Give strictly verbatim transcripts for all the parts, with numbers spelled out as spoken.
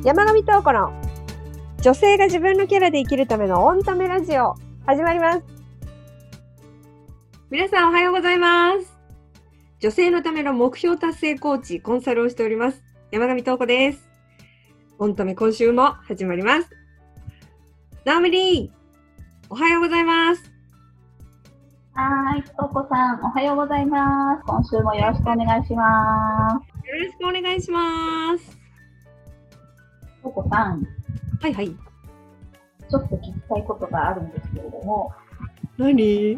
山上東子の女性が自分のキャラで生きるためのオンタメラジオ始まります。皆さんおはようございます。女性のための目標達成コーチ、コンサルをしております山上東子です。オンタメ今週も始まります。ナオミリーおはようございます。 はーい、東子さんおはようございます。今週もよろしくお願いします。 よろしくお願いします。 東子さん、 はいはい。 ちょっと聞きたいことがあるんですけれども。 何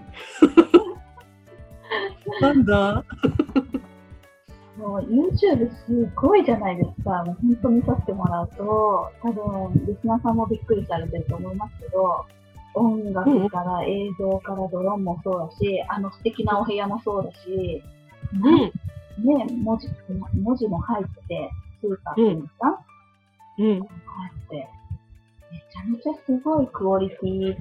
なんだもう YouTube すごいじゃないですか。もう本当見させてもらうと、多分リスナーさんもびっくりされてると思いますけど、音楽から映像からドローンもそうだし、あの素敵なお部屋もそうだし、 うん、 ね、文字文字も入って、スーパーっていうんですか、 うん、 入って、めちゃめちゃすごいクオリティって、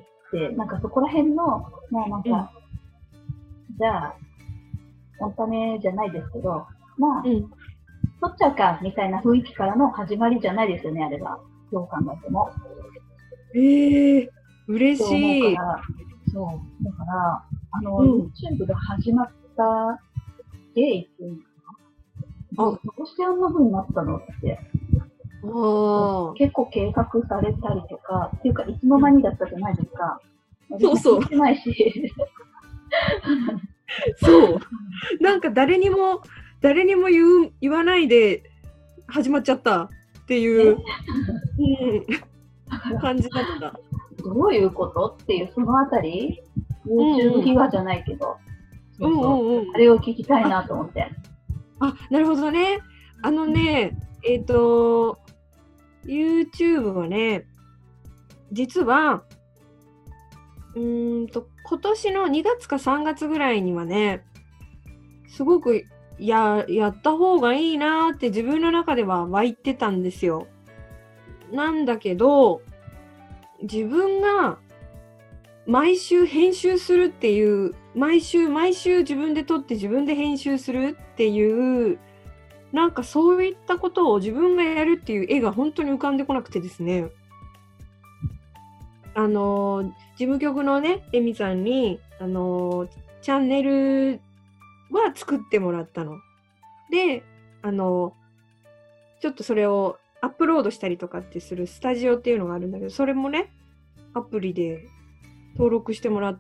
なんかそこら辺の、もうなんか、うん、じゃあ、オンタメじゃないですけど、まあ、うん、撮っちゃうかみたいな雰囲気からの始まりじゃないですよね、あれは。どう考えても。 えー、嬉しい。 そう、だから、そう、だから、あの、うん、YouTube が始まった経緯っていうのかな。どうしてあんな風になったのって。結構計画されたりとか、っていうか、いつの間にだったじゃないですか。 そうそう。 聞いてないし。 そう。なんか誰にも、誰にも言う、言わないで始まっちゃったっていう、うん、感じだった。 どういうことっていう、そのあたり、YouTube 秘話じゃないけど、うんうんそうそう、あれを聞きたいなと思って。 あ、なるほどね。あのね、えっと、YouTube はね、実は、うーんと、今年のにがつかさんがつぐらいにはね、すごくや、やった方がいいなーって自分の中では湧いてたんですよ。なんだけど、自分が毎週編集するっていう、毎週毎週自分で撮って自分で編集するっていう、なんかそういったことを自分がやるっていう絵が本当に浮かんでこなくてですね。あのー、事務局のね、エミさんに、あのー、チャンネルは作ってもらったの。で、あのー、ちょっとそれをアップロードしたりとかってするスタジオっていうのがあるんだけど、それもね、アプリで登録してもらって、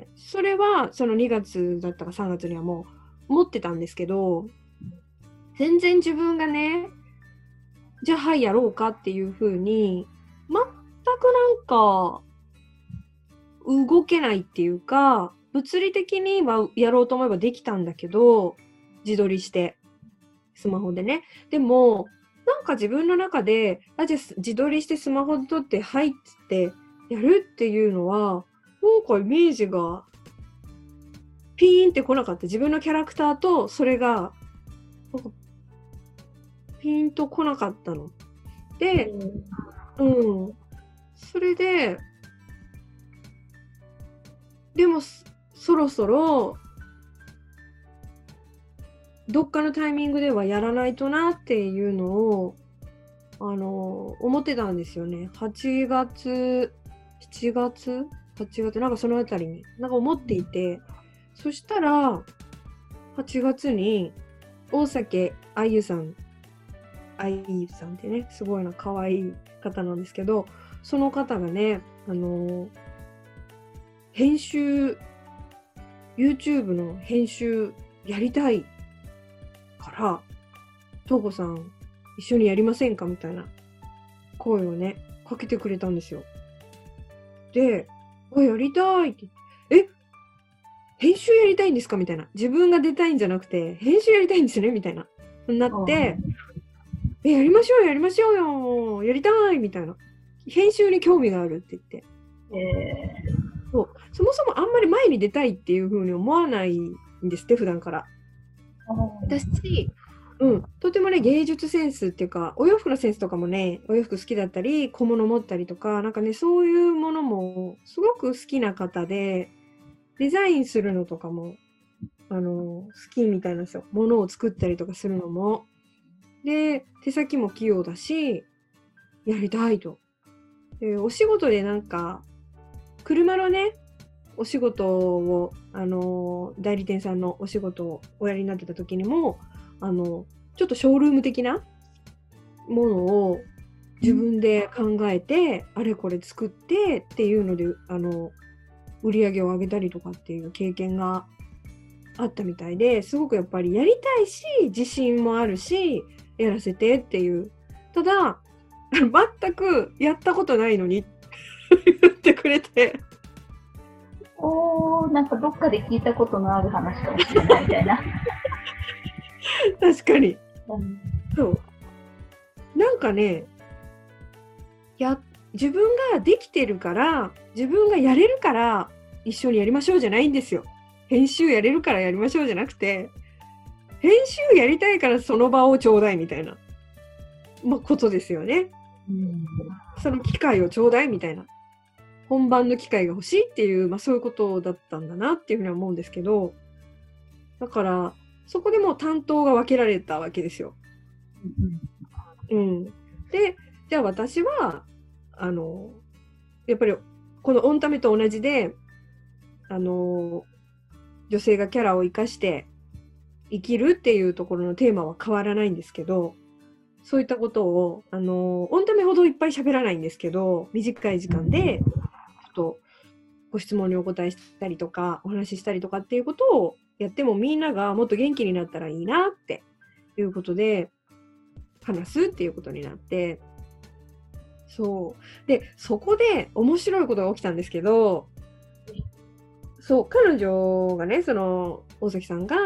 それはそのにがつだったかさんがつにはもう持ってたんですけど、全然自分がね、じゃあはいやろうかっていう風に、全くなんか動けないっていうか、物理的にはやろうと思えばできたんだけど、自撮りして、スマホでね。でも、なんか自分の中で、あ、じゃあ自撮りしてスマホで撮って、はいってやるっていうのは、なんかイメージがピーンって来なかった。自分のキャラクターとそれが、なんかピーンと来なかったの。で、うん。それで、でもそろそろどっかのタイミングではやらないとなっていうのをあの思ってたんですよね。はちがつ、しちがつ、はちがつなんかそのあたりになんか思っていて、そしたらはちがつに大崎あゆさん、あゆさんってねすごいな可愛い方なんですけど、その方がねあの編集 YouTube の編集やりたいから東子さん一緒にやりませんかみたいな声をねかけてくれたんですよ。で、あ、やりたいって、え、編集やりたいんですかみたいな、自分が出たいんじゃなくて編集やりたいんですねみたいななって、え、やりましょうよやりましょうよやりたいみたいな、編集に興味があるって言って、えー、そうそもそもあんまり前に出たいっていう風に思わないんですって普段から。私、うん、とてもね芸術センスっていうかお洋服のセンスとかもねお洋服好きだったり小物持ったりとかなんかねそういうものもすごく好きな方で、デザインするのとかもあの好きみたいなんですよ。物を作ったりとかするのもで手先も器用だしやりたいと。でお仕事でなんか車のねお仕事をあの代理店さんのお仕事をおやりになってた時にもあのちょっとショールーム的なものを自分で考えて、うん、あれこれ作ってっていうのであの売り上げを上げたりとかっていう経験があったみたいで、すごくやっぱりやりたいし自信もあるしやらせてっていう。ただ全くやったことないのに言ってくれて、 おー、なんかどっかで聞いたことのある話かもしれないみたいな。 確かに、 うん、 そうなんかね、や自分ができてるから自分がやれるから一緒にやりましょうじゃないんですよ。編集やれるからやりましょうじゃなくて、編集やりたいからその場をちょうだいみたいな、まあ、ことですよね、うん、その機会をちょうだいみたいな、本番の機会が欲しいっていう、まあ、そういうことだったんだなっていうふうには思うんですけど、だからそこでもう担当が分けられたわけですよ、うん、うん、でじゃあ私はあのやっぱりこのオンタメと同じであの女性がキャラを生かして生きるっていうところのテーマは変わらないんですけど、そういったことをあのオンタメほどいっぱい喋らないんですけど、短い時間でちょっとご質問にお答えしたりとかお話ししたりとかっていうことをやっても、みんながもっと元気になったらいいなっていうことで話すっていうことになって、そうでそこで面白いことが起きたんですけど、そう彼女がね、その大崎さんが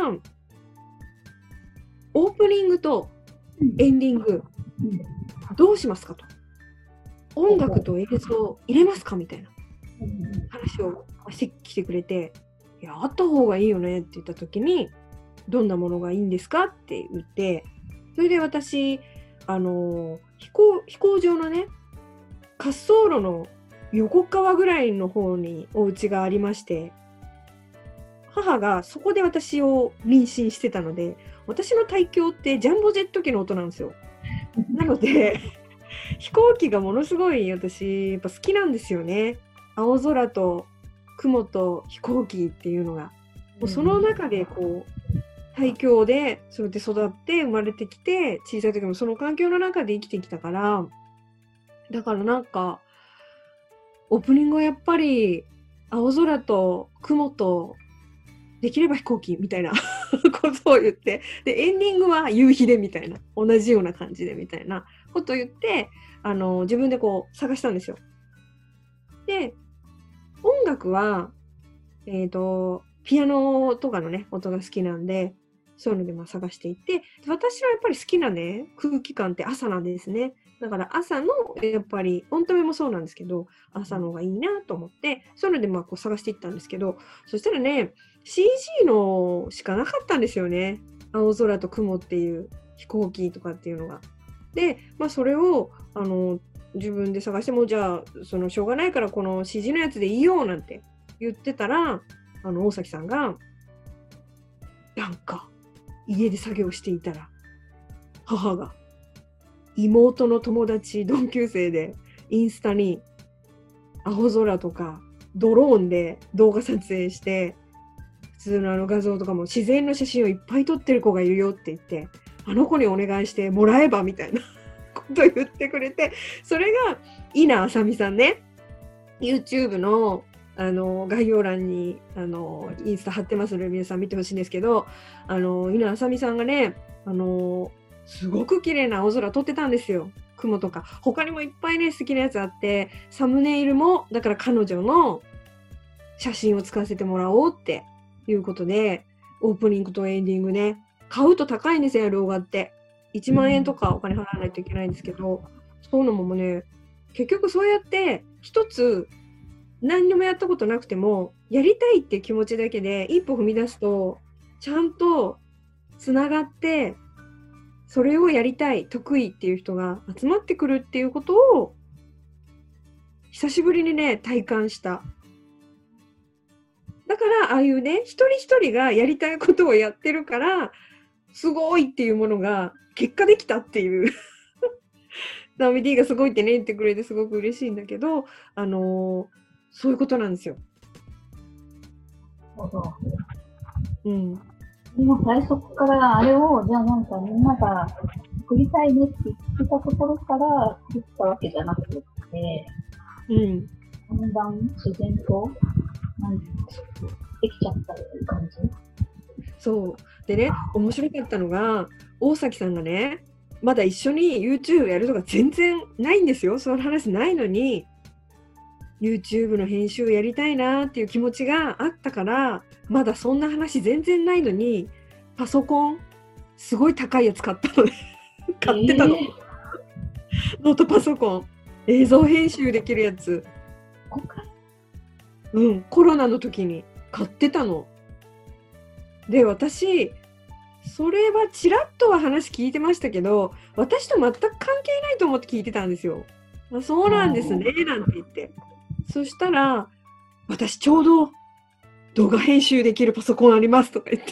オープニングとエンディング、うん、どうしますかと、音楽と映像入れますかみたいな話をしてきてくれて、いやあった方がいいよねって言った時に、どんなものがいいんですかって言って、それで私あの飛行飛行場のね滑走路の横側ぐらいの方にお家がありまして、母がそこで私を妊娠してたので、私の胎教ってジャンボジェット機の音なんですよ。なので飛行機がものすごい私やっぱ好きなんですよね。青空と雲と飛行機っていうのが、もうその中でこう胎教でそれで育って生まれてきて、小さい時もその環境の中で生きてきたから、だからなんかオープニングはやっぱり青空と雲とできれば飛行機みたいなことを言って、でエンディングは夕日でみたいな、同じような感じでみたいなことを言って、あの自分でこう探したんですよ。で音楽は、えーと、ピアノとかのね音が好きなんで、そういうのでまあ探していって、私はやっぱり好きなね空気感って朝なんですね。だから朝のやっぱりオンタメもそうなんですけど、朝のがいいなと思って、そういうのでまあこう探していったんですけど、そしたらね シージー のしかなかったんですよね。青空と雲っていう飛行機とかっていうのが。で、まあ、それをあの自分で探しても、じゃあそのしょうがないからこの シージー のやつでいいよなんて言ってたら、あの大崎さんがなんか家で作業していたら、母が妹の友達同級生でインスタに青空とかドローンで動画撮影して、普通のあの画像とかも自然の写真をいっぱい撮ってる子がいるよって言って、あの子にお願いしてもらえばみたいなことを言ってくれて、それが稲あさみさんね、 YouTube のあの概要欄にあのインスタ貼ってますので皆さん見てほしいんですけど、あの稲あさみさんがね、あのすごく綺麗な青空撮ってたんですよ。雲とか他にもいっぱいね好きなやつあって、サムネイルもだから彼女の写真を使わせてもらおうっていうことで、オープニングとエンディングね、買うと高いんですよ、動画って。いちまんえんとかお金払わないといけないんですけど、そういうのもね、結局そうやって一つ何にもやったことなくてもやりたいっていう気持ちだけで一歩踏み出すと、ちゃんとつながってそれをやりたい得意っていう人が集まってくるっていうことを久しぶりにね体感した。だからああいうね一人一人がやりたいことをやってるからすごいっていうものが結果できたっていうナオミ D がすごいってね言ってくれてすごく嬉しいんだけど、あのーそういうことなんですよ。 なるほど。 うん。 でも最初からあれを、じゃあなんかみんなが作りたいねって言ってたところから作ったわけじゃなくて、 うん。 だんだん自然と、なんできちゃったっていう感じ。 そう。でね、面白かったのが、大崎さんがね、まだ一緒に YouTube やるとか全然ないんですよ。その話ないのに、YouTube の編集やりたいなっていう気持ちがあったから、まだそんな話全然ないのに、パソコン、すごい高いやつ買ったのね。買ってたの。 えー、 ノートパソコン。映像編集できるやつ。 今回うん、コロナの時に買ってたの。で、私、それはちらっとは話聞いてましたけど、私と全く関係ないと思って聞いてたんですよ。あ、そうなんですね、なんて言って。そしたら、私ちょうど動画編集できるパソコンありますとか言って。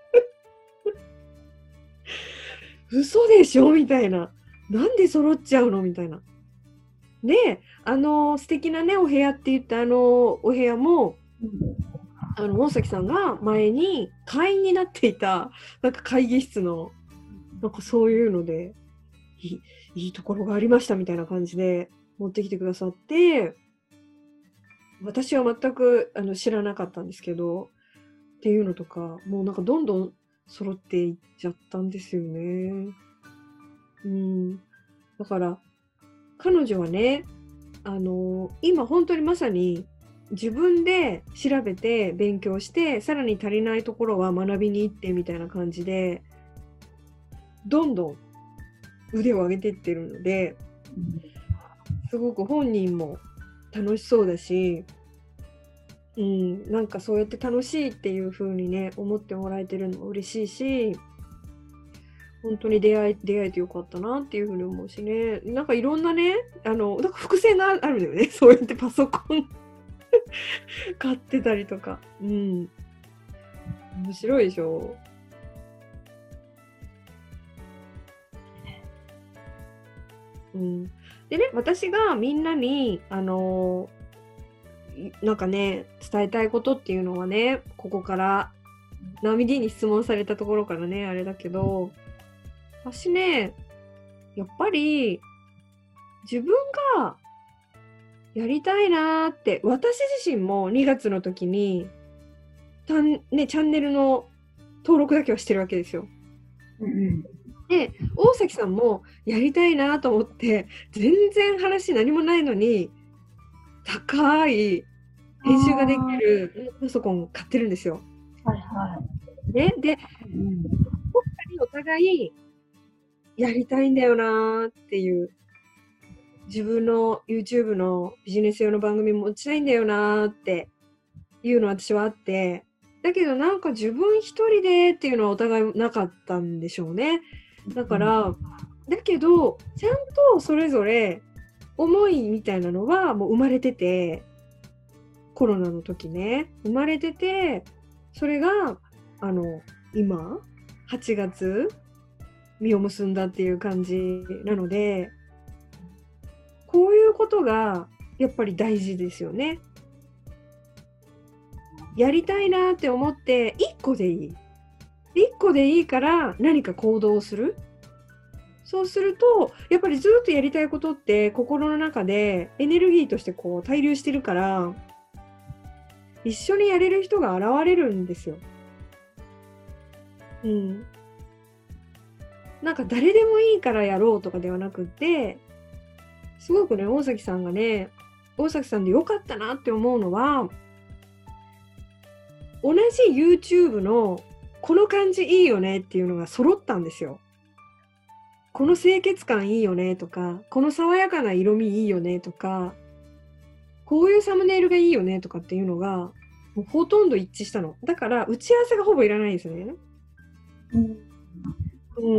嘘でしょみたいな。なんで揃っちゃうのみたいな。で、あの素敵なね、お部屋って言ったあのお部屋も、あの大崎さんが前に会員になっていたなんか会議室のなんかそういうのでいい、いいところがありましたみたいな感じで持ってきてくださって、私は全くあの知らなかったんですけどっていうのとか、もうなんかどんどん揃っていっちゃったんですよね。うん、だから彼女はね、あの今本当にまさに自分で調べて勉強して、さらに足りないところは学びに行ってみたいな感じでどんどん腕を上げていってるので、すごく本人も楽しそうだし、うん、なんかそうやって楽しいっていう風にね思ってもらえてるのも嬉しいし、本当に出会い出会えてよかったなっていう風に思うしね。なんかいろんなね、あのなんか伏線があるんだよね。そうやってパソコン買ってたりとか、うん、面白いでしょ。うん、でね、私がみんなにあのなんかね伝えたいことっていうのはね、ここからナオミ D に質問されたところからねあれだけど、私ねやっぱり自分がやりたいなーって、私自身もにがつの時にたん、ね、チャンネルの登録だけはしてるわけですよ。 うんうん、 で、大崎さんもやりたいなと思って、全然話何もないのに、高い編集ができるパソコン買ってるんですよ。 はいはね、で、 い。うん、 お互いやりたいんだよなーっていう、自分の YouTube のビジネス用の番組持ちたいんだよなーっていうの私はあって、だけどなんか自分一人でっていうのはお互いなかったんでしょうね。だから、うん、だけどちゃんとそれぞれ思いみたいなのはもう生まれてて、コロナの時ね生まれてて、それがあの今はちがつ実を結んだっていう感じなので、こういうことがやっぱり大事ですよね。やりたいなって思っていっこでいい。いっこでいいから何か行動をする。そうするとやっぱりずっとやりたいことって心の中でエネルギーとしてこう滞留してるから、一緒にやれる人が現れるんですよ。うん。なんか誰でもいいからやろうとかではなくって、すごくね大崎さんがね、大崎さんでよかったなって思うのは、同じ YouTube のこの感じいいよねっていうのが揃ったんですよ。この清潔感いいよねとか、この爽やかな色味いいよねとか、こういうサムネイルがいいよねとかっていうのがもうほとんど一致したの。だから打ち合わせがほぼいらないんですよね。うん。うん、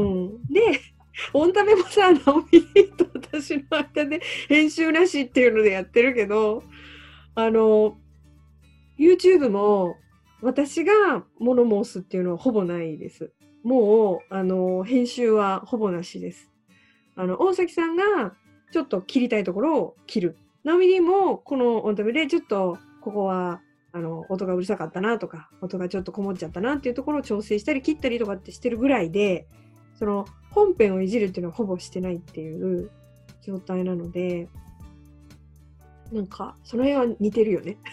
で、オンタメもさ、ナオミと私の間で編集なしっていうのでやってるけど、あの YouTube も私が物申すっていうのはほぼないです。もうあの編集はほぼなしです。 あの大崎さんがちょっと切りたいところを切る。ナオミ D もこのオンタメでちょっとここはあの音がうるさかったなとか、音がちょっとこもっちゃったなっていうところを調整したり切ったりとかってしてるぐらいで、その本編をいじるっていうのはほぼしてないっていう状態なので、なんかその辺は似てるよね。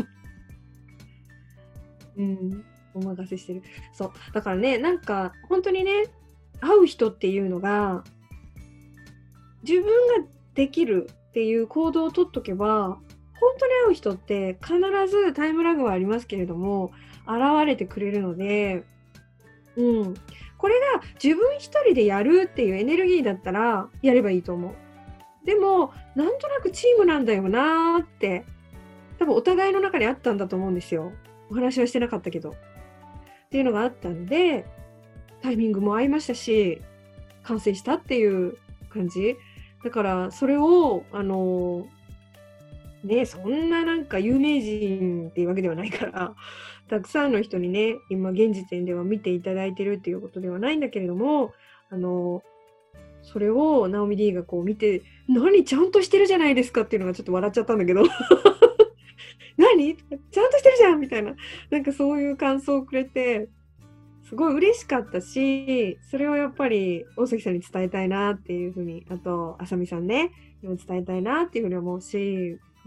うん、お任せしてる。そうだからね、なんか本当にね、会う人っていうのが自分ができるっていう行動を取っとけば、本当に会う人って必ずタイムラグはありますけれども現れてくれるので、うん、これが自分一人でやるっていうエネルギーだったらやればいいと思う。でもなんとなくチームなんだよなーって多分お互いの中にあったんだと思うんですよ。お話はしてなかったけどっていうのがあったんで、タイミングも合いましたし完成したっていう感じだから、それをあのね、そんななんか有名人っていうわけではないからたくさんの人にね今現時点では見ていただいてるっていうことではないんだけれども、あのそれをナオミ D がこう見て、何ちゃんとしてるじゃないですかっていうのがちょっと笑っちゃったんだけど何ちゃんとしてるじゃんみたいな、なんかそういう感想をくれてすごい嬉しかったし、それをやっぱり大崎さんに伝えたいなっていうふうに、あとあさみさんねにも伝えたいなっていうふうに思うし、うん、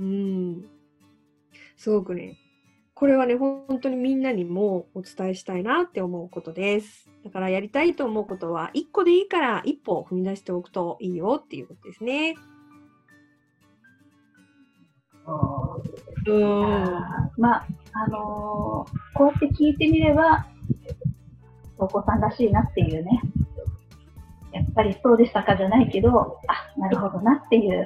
すごくね、これはね本当にみんなにもお伝えしたいなって思うことです。だからやりたいと思うことはいっこでいいから一歩踏み出しておくといいよっていうことですね。うん、 あまああのー、こうやって聞いてみれば瞳子さんらしいなっていうね、やっぱりそうでしたかじゃないけど、あ、なるほどなっていう、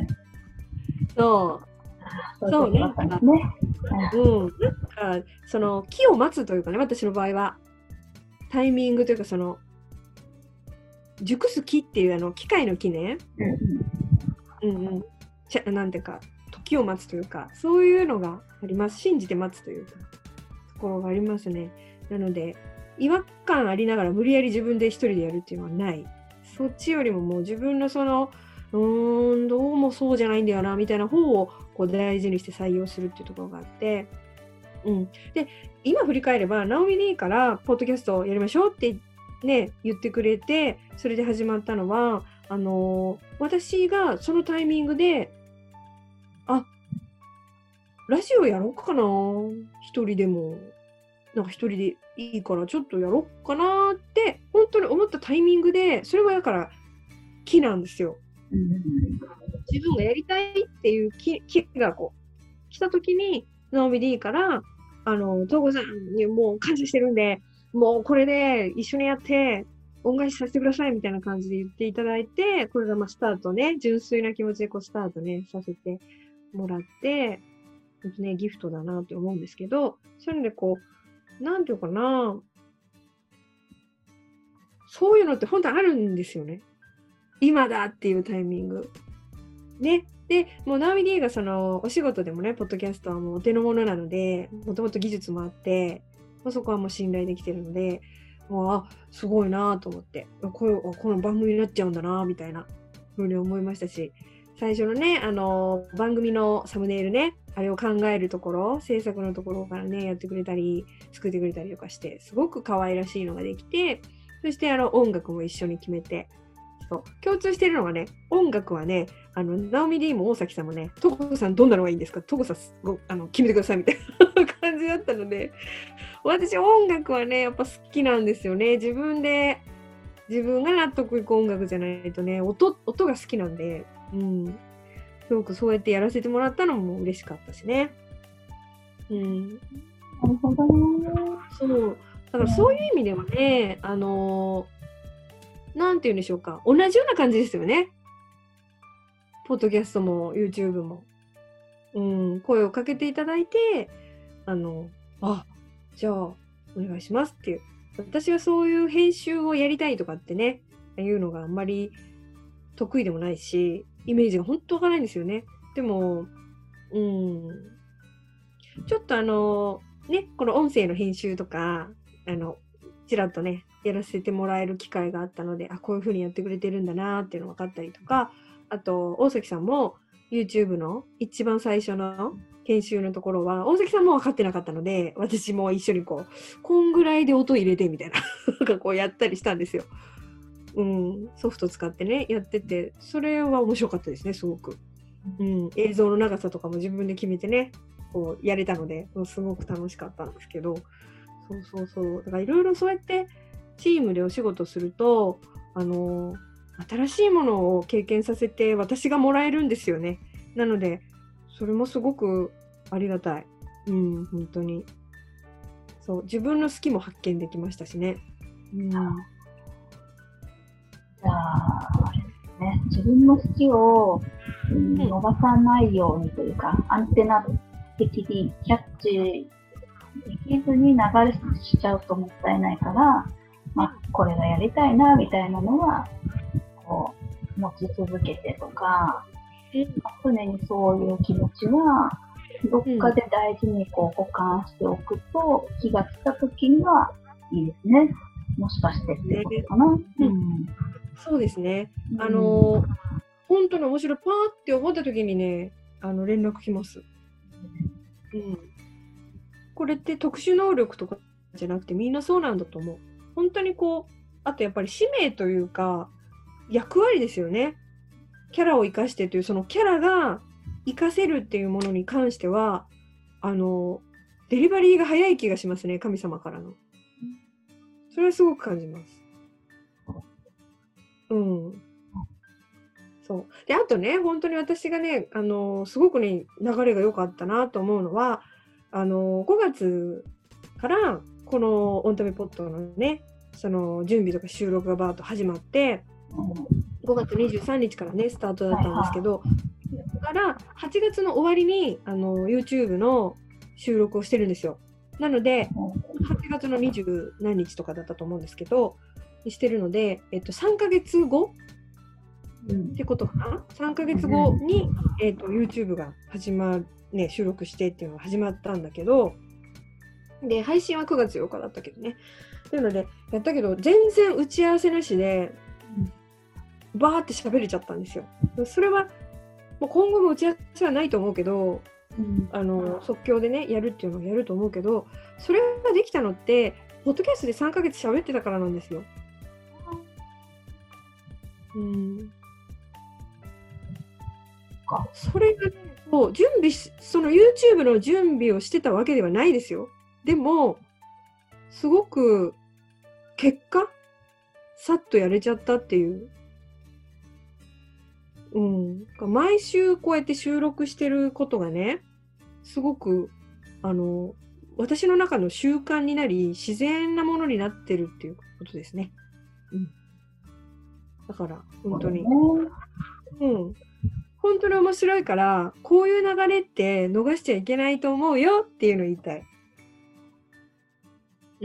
そうそういうことですね。 うん、なんかその木を待つというかね、私の場合はタイミングというか、その熟す木っていうあの機械の木ね、うんうん、ちゃなんていうか時を待つというか、そういうのがあります。信じて待つというかところがありますね。なので違和感ありながら無理やり自分で一人でやるっていうのはない。そっちよりももう自分のそのうーんどうもそうじゃないんだよなみたいな方をこう大事にして採用するっていうところがあって、うん、で今振り返ればナオミ D からポッドキャストをやりましょうってね言ってくれて、それで始まったのはあのー、私がそのタイミングであラジオやろうかな一人でもなんか一人でいいからちょっとやろうかなって本当に思ったタイミングで、それはだから木なんですよ。自分がやりたいっていう木がこう来た時にナオミ D からあの瞳子さんにもう感謝してるんで、もうこれで一緒にやって恩返しさせてくださいみたいな感じで言っていただいて、これがまあスタートね、純粋な気持ちでこうスタートねさせてもらって、本当ねギフトだなって思うんですけど、そういうのでこうなんていうかな、そういうのって本当あるんですよね。今だっていうタイミングね。でもうナオミ D がそのお仕事でもねポッドキャストはもうお手の物なので、もともと技術もあって、まあ、そこはもう信頼できてるので、もうあすごいなと思って、こういうこの番組になっちゃうんだなみたいなふうに思いましたし、最初のねあの番組のサムネイルね、あれを考えるところ、制作のところからねやってくれたり作ってくれたりとかして、すごく可愛らしいのができて、そしてあの音楽も一緒に決めて、そう共通しているのがね、音楽はね、あのナオミ D も大崎さんもね、トコさんどんなのがいいんですか、トコさんあの決めてくださいみたいな感じだったので、私音楽はねやっぱ好きなんですよね。自分で自分が納得いく音楽じゃないとね、音音が好きなんで、うん、すごくそうやってやらせてもらったのも嬉しかったしね。うん。 なるほどね。 そう、だからそういう意味ではね、あのー、なんて言うんでしょうか、同じような感じですよね。ポッドキャストも YouTube も、うん、声をかけていただいて、あの、あ、じゃあお願いしますっていう。私はそういう編集をやりたいとかってね、いうのがあんまり得意でもないし、イメージが本当わからないんですよね。でも、うん、ちょっとあの、ね、この音声の編集とか、あの、ちらっとね、 やらせてもらえる機会があったので、あ、こういう風にやってくれてるんだなっていうのが分かったりとか、あと大崎さんも YouTube の一番最初の研修のところは大崎さんも分かってなかったので、私も一緒にこうこんぐらいで音入れてみたいななんかこうやったりしたんですよ。うん、ソフト使ってねやってて、それは面白かったですね、すごく。うん、映像の長さとかも自分で決めてねこうやれたので、すごく楽しかったんですけど、そうそうそう、だからいろいろそうやってチームでお仕事すると、あの新しいものを経験させて私がもらえるんですよね。なのでそれもすごくありがたい。うん、本当にそう、自分の好きも発見できましたしね。うん、 じゃあ、あれですね、自分の好きを、うん、逃さないようにというか、アンテナ的にキャッチできずに流れしちゃうともったいないから、まあ、これがやりたいなみたいなのはこう持ち続けてとか、常にそういう気持ちはどっかで大事にこう保管しておくと、気がついた時にはいいですね。もしかしてっていうことかな。うん、 そうですね。あの、うん、本当に面白いパーって思った時にね、あの連絡来ます。うん。これって特殊能力とかじゃなくてみんなそうなんだと思う。本当にこう、あとやっぱり使命というか役割ですよね。キャラを生かしてという、そのキャラが生かせるっていうものに関しては、あのデリバリーが早い気がしますね、神様からの。それはすごく感じます。うん。そう。で、あとね、本当に私がね、あのすごくね流れが良かったなと思うのは、あのごがつからこのオンタメポットのね、その準備とか収録がバーッと始まって、ごがつにじゅうさんにちからねスタートだったんですけど、だからはちがつの終わりにあの YouTube の収録をしてるんですよ。なのではちがつのにじゅうなんにちとかだったと思うんですけど、してるので、えっと、さんかげつごってことかな。さんかげつごに、えっと、YouTube が始まる、ね、収録してっていうのが始まったんだけど、で配信はくがつようかだったけどね。なのでやったけど全然打ち合わせなしでバーって喋れちゃったんですよ。それはもう今後も打ち合わせはないと思うけど、うん、あの即興でねやるっていうのをやると思うけど、それができたのってポッドキャストでさんかげつ喋ってたからなんですよ。うん、それがね、そう準備し、その YouTube の準備をしてたわけではないですよ。でもすごく結果さっとやれちゃったっていう。うん、毎週こうやって収録してることがね、すごくあの私の中の習慣になり自然なものになってるっていうことですね。うん、だから本当に、うん、本当に面白いから、こういう流れって逃しちゃいけないと思うよっていうのを言いたい。うん。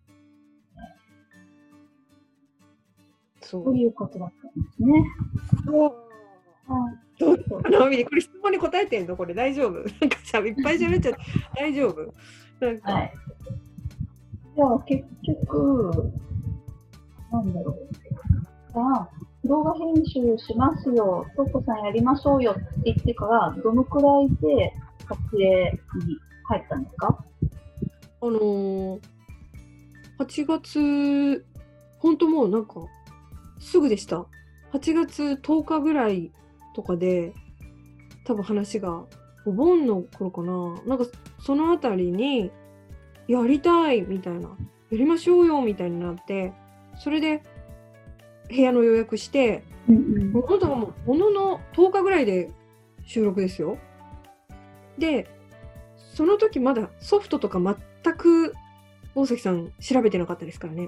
そういうことだったんですね。 そう。どうかな、これ質問に答えてんの？これ大丈夫？なんかしゃいっぱい喋っちゃって大丈夫？なんか。はい。 じゃあ結局なんだろう。あ、動画編集しますよ、トッコさんやりましょうよって言ってからどのくらいで撮影に入ったんですか？ あのー、はちがつ本当もうなんかすぐでした。はちがつとおかぐらいとかで多分話がお盆の頃かな、なんかそのあたりにやりたいみたいな、やりましょうよみたいになって、それで部屋の予約して、うんうん、もう本当はもうもののとおかぐらいで収録ですよ。でその時まだソフトとか全く大崎さん調べてなかったですからね。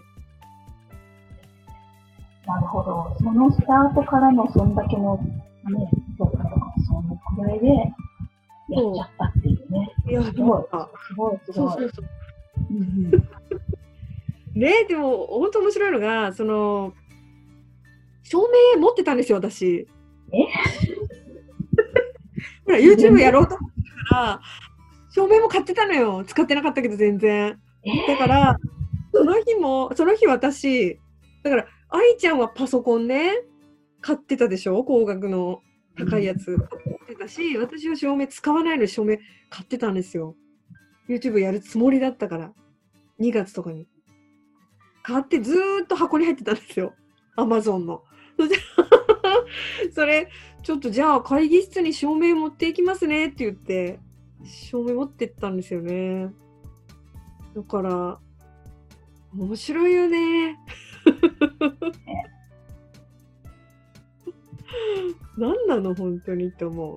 なるほど。そのスタートからのそんだけのね、とかそのくらいでやっちゃったっていうね。 いや、 すごい。すごいすごい。そうそうそう。うん、 ね、でも本当面白いのが、その照明持ってたんですよ、私。 えほら YouTube やろうと思ったから照明も買ってたのよ。使ってなかったけど全然。だからその日も、その日私、だから、愛ちゃんはパソコンね、買ってたでしょ、高額の高いやつ買ってたし、私は照明使わないのに照明買ってたんですよ。YouTube やるつもりだったから、にがつとかに。買ってずーっと箱に入ってたんですよ。Amazon の。そしてそれ、ちょっとじゃあ会議室に照明持っていきますねって言って、照明持ってったんですよね。だから、面白いよね。何なの本当にって思う。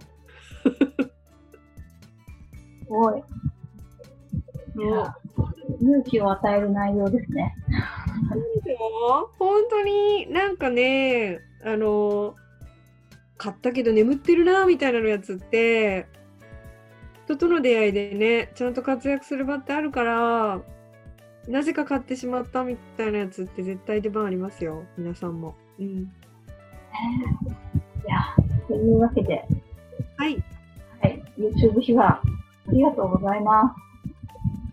すごい。いや、勇気を与える内容ですね。 本当になんかね、あの、買ったけど眠ってるなみたいなのやつって、人との出会いでね、ちゃんと活躍する場ってあるから、なぜか買ってしまったみたいなやつって絶対出番ありますよ、皆さんも。うん。 いや、というわけで、 はい。 はい、YouTube 秘話、ありがとうございます。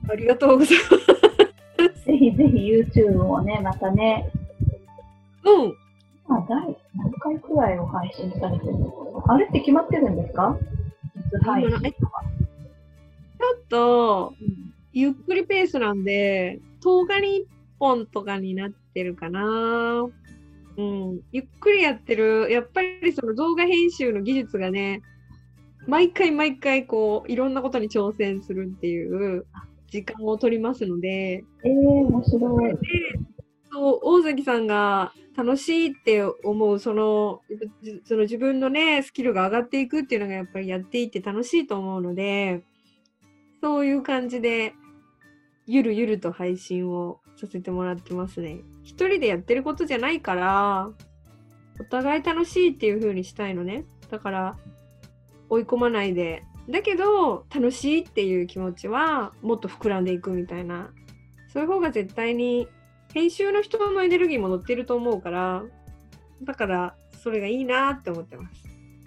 ありがとうございます。 ぜひぜひ YouTube もね、またね。 うん。 まあ、第何回くらいを配信されてるのかな。あれって決まってるんですか？実配信とか。 ちょっと、ゆっくりペースなんで、とおかにいっぽんとかになってるかな。うん。ゆっくりやってる。やっぱりその動画編集の技術がね、毎回毎回こう、いろんなことに挑戦するっていう時間を取りますので。 えー、面白い。 そう、大崎さんが楽しいって思う、その、その自分のね、スキルが上がっていくっていうのがやっぱりやっていって楽しいと思うので、そういう感じで、ゆるゆると配信をさせてもらってますね。一人でやってることじゃないから、お互い楽しいっていう風にしたいのね。だから、追い込まないで。だけど、楽しいっていう気持ちは、もっと膨らんでいくみたいな。そういう方が絶対に、編集の人のエネルギーも乗ってると思うから、だから、それがいいなって思ってます。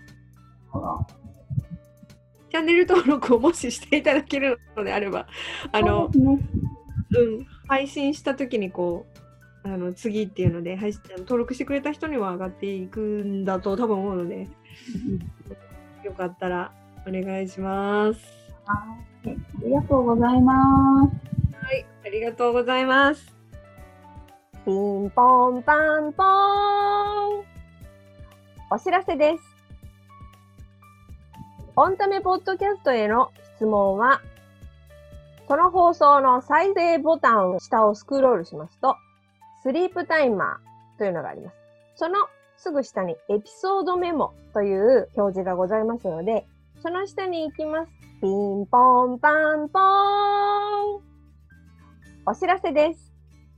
チャンネル登録をもししていただけるのであれば、あの、ね、うん、配信した時にこう、あの次っていうので配信登録してくれた人には上がっていくんだと多分思うので、うん、よかったらお願いします。 はい、ありがとうございます。 はい、ありがとうございます。ピンポンパンポーン。お知らせです。オンタメポッドキャストへの質問は、この放送の再生ボタンを下をスクロールしますと、スリープタイマーというのがあります。そのすぐ下にエピソードメモという表示がございますので、その下に行きます。ピンポンパンポーン。お知らせです。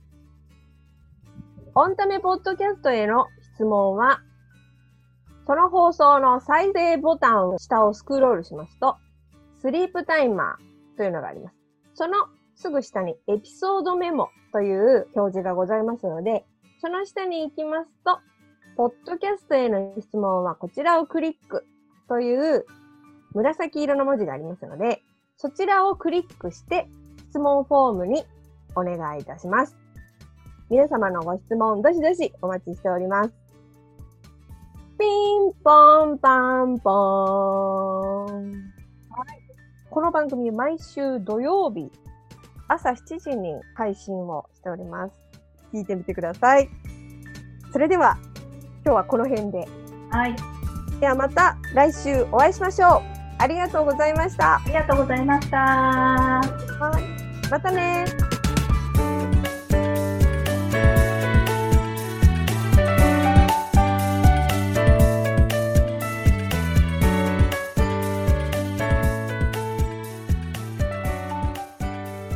オンタメポッドキャストへの質問は、その放送の再生ボタンを下をスクロールしますと、スリープタイマーというのがあります。そのすぐ下にエピソードメモという表示がございますので、その下に行きますと、ポッドキャストへの質問はこちらをクリックという紫色の文字がありますので、そちらをクリックして質問フォームにお願いいたします。皆様のご質問、どしどしお待ちしております。ピンポンパンポーン。はい、この番組毎週土曜日朝しちじに配信をしております。聞いてみてください。それでは今日はこの辺で。 はい。 ではまた来週お会いしましょう。ありがとうございました。 ありがとうございました。 はい。またね。